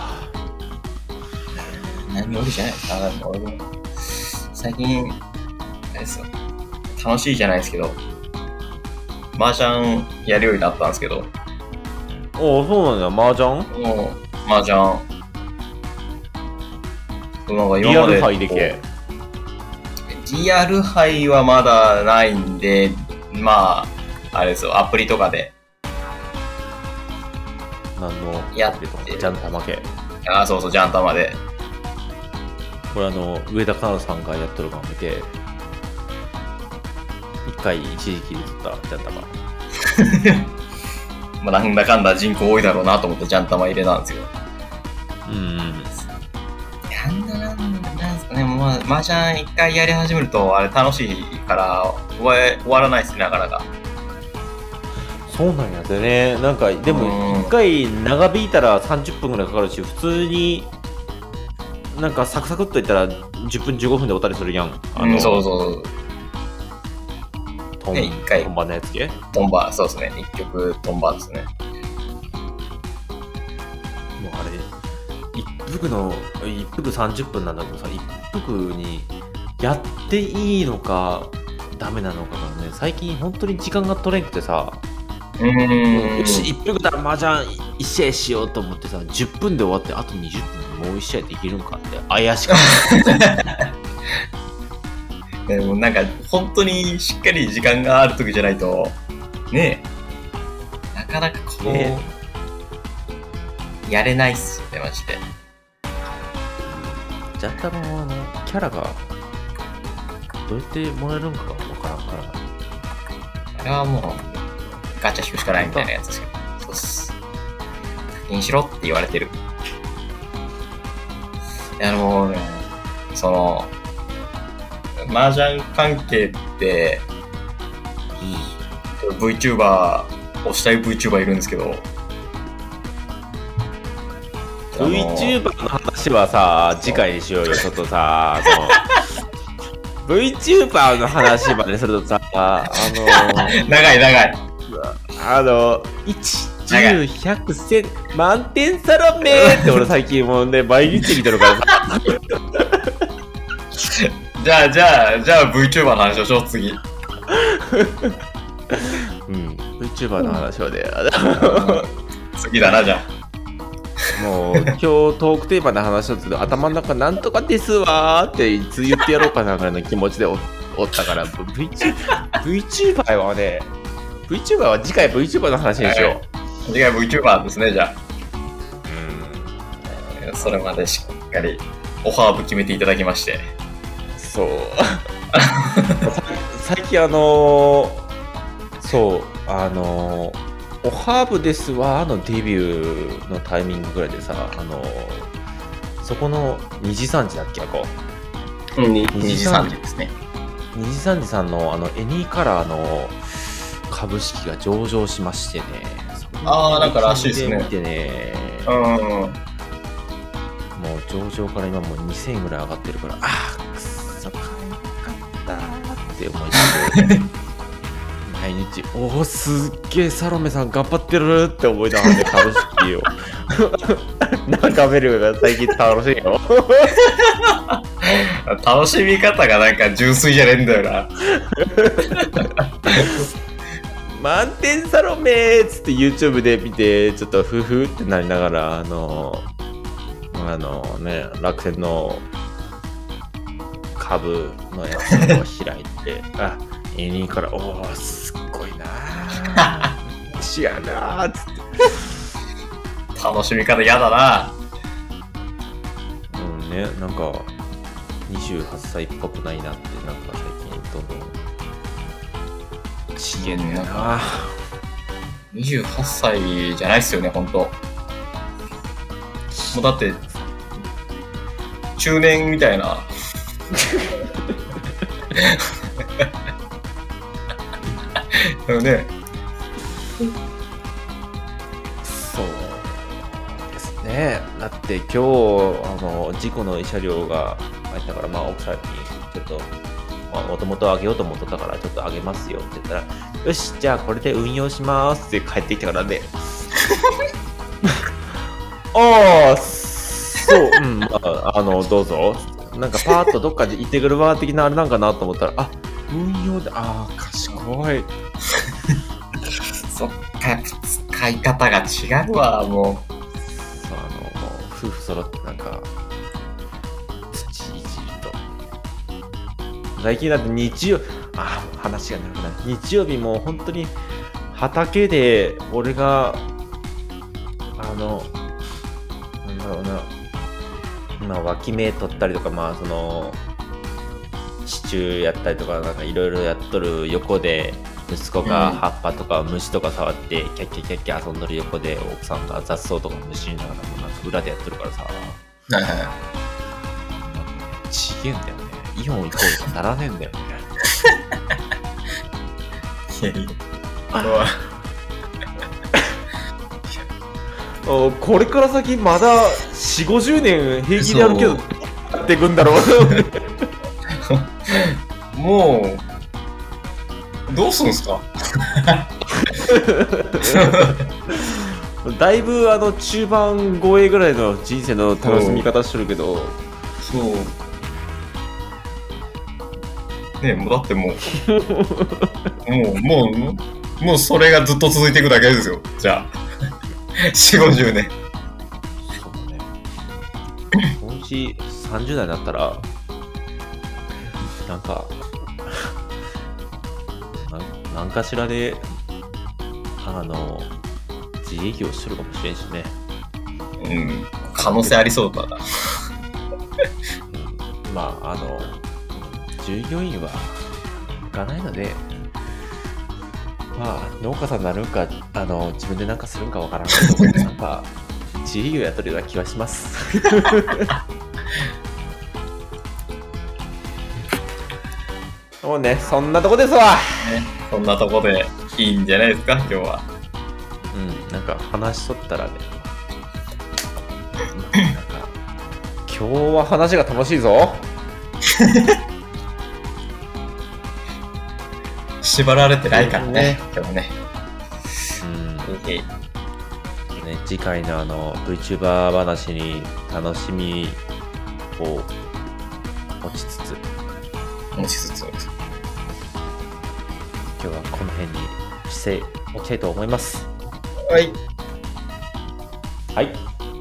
何よりじゃないですか。俺も最近あれですよ、楽しいじゃないですけど、麻雀やるようになったんですけど。 おお、そうなんだ。麻雀？ 麻雀。なんか今までリアル杯でけ。 リアル杯はまだないんで、まああれですよ、アプリとかで何のやってるジャンタマ系。 ああ、そうそう、ジャンタマで。 これ上田香奈さんがやっとるのを見て、一回一時期で撮ったジャンタマ。 まあ、なんだかんだ人口多いだろうなと思ってジャンタマ入れたんですよ。なんですかね、まあ、麻雀一回やり始めると、あれ楽しいから終わらないですね、なかなか。 そうなんやでね。なんか、でも一回長引いたら30分ぐらいかかるし、普通に、なんかサクサクっといったら10分15分で終わったりするやん。 そうそう。 トンバのやつ系トンバ、そうですね。一曲トンバですね。もうあれ、一服30分なんだけどさ、一服にやっていいのかダメなのかがね、最近本当に時間が取れんくてさ、よし、一服だ、麻雀1試合しようと思ってさ、10分で終わって、あと20分でもう1試合できるんかって怪しかった。 でもなんか本当にしっかり時間がある時じゃないとねえ、なかなかこう、やれないっすよね、マジで。 ジャンタマはキャラがどうやってもらえるんかわからんから。 あれはもうガチャ引くしかないみたいなやつですけど、そうっす。課金しろって言われてる。もうね、その麻雀関係って、VTuber をしたい VTuber いるんですけど、 VTuber の話はさ、次回にしようよ。ちょっとさ、VTuber の話までするとさ、 長い。 1、10、100、1000、満点サロメーって俺最近もうね、毎日見てるからさ。 じゃあ VTuber の話をしよう、次。 VTuber の話はね、 次だな、じゃあ。 もう今日トークテーマの話をすると頭の中なんとかですわーっていつ言ってやろうかなぐらいの気持ちで おったから VTuber はね、VTuber は次回 VTuber の話にしよう。次回 VTuber ですね、じゃあ。それまでしっかりオファーブ決めていただきまして。 そう最近オハーブですわのデビューのタイミングぐらいでさ、そこの2時3時だっけ、 2時3時ですね。 2時3時さんのエニーカラーの株式が上場しましてね。 なんからしいですね。 見てね、もう上場から今もう2000円ぐらい上がってるから、くっそ買えなかったって思いつつ毎日すっげえサロメさん頑張ってるって思いながら株式を眺めるのが最近楽しいよ。 楽しみ方がなんか純粋じゃねえんだよな。 満点サロメーっつって YouTube で見てちょっとフフってなりながら楽天の株のやつを開いてエニーからすっごいなーしやなーっつって楽しみ方嫌だな。 なんか28歳っぽくないなってなんか最近どんどんちげえんだよな。 28歳じゃないっすよね、ほんと。もうだって中年みたいなね。 そうですね。だって今日事故の慰謝料が入ったから、奥さんにちょっともともとあげようと思っとったからちょっとあげますよって言ったら、よしじゃあこれで運用しますって帰ってきたからね。そうどうぞ。なんかパーッとどっかで行ってくるわ的なあれなんかなと思ったら、運用で賢い。 そっか、使い方が違うわ、もう。 夫婦揃ってなんか土いじりと最近だって日曜話がなくなる。日曜日も本当に畑で俺がなんだろうな、脇芽取ったりとか、支柱やったりとか、なんかいろいろやっとる横で、息子が葉っぱとか虫とか触って、キャッキャッキャッキャ遊んどる横で、奥さんが雑草とか虫にながらもなんか裏でやってるからさ、 はいはい。 ちげえんだよね。イオン行こうとかならねえんだよね。 いやいや。 これから先まだ4、50年平気でやるけど、やっていくんだろう。 もう、どうすんすか？ だいぶ中盤超えぐらいの人生の楽しみ方してるけど、 そう。ねえ、もうだってもう、もうそれがずっと続いていくだけですよ。じゃあ。4、50年。 そうね。もし30代になったら、なんかしらで、自営業してるかもしれんしね。 うん。可能性ありそうだな。 従業員は行かないので、農家さんになるんか、自分でなんかするんかわからんけど、なんか、自営業やってるような気はします。もうね、そんなとこですわ。 そんなとこでいいんじゃないですか、今日は。 なんか話しとったらね、今日は話が楽しいぞ。 縛られてないからね、今日ね。 次回のVTuber 話に楽しみを持ちつつ、今日はこの辺にしておきたいと思います。 はい。 はい。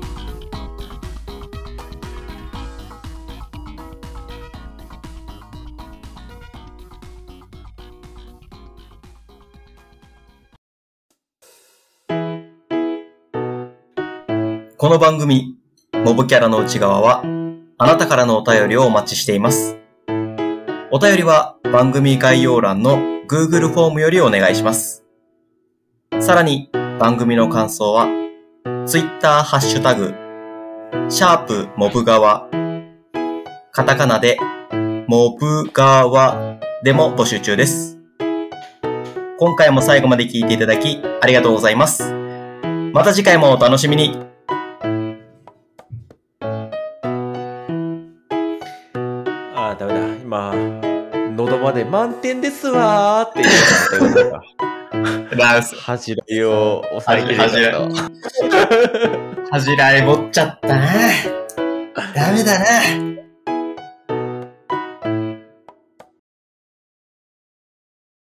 この番組、モブキャラの内側は、あなたからのお便りをお待ちしています。お便りは番組概要欄の Google フォームよりお願いします。さらに、番組の感想は、Twitter ハッシュタグ、#モブガワ、カタカナで、モブガワでも募集中です。今回も最後まで聞いていただき、ありがとうございます。また次回もお楽しみに。 ダメだ。今、喉まで満点ですわーって言ってた。恥じらいを抑えきれなかった。 恥じらい持っちゃったな。ダメだな。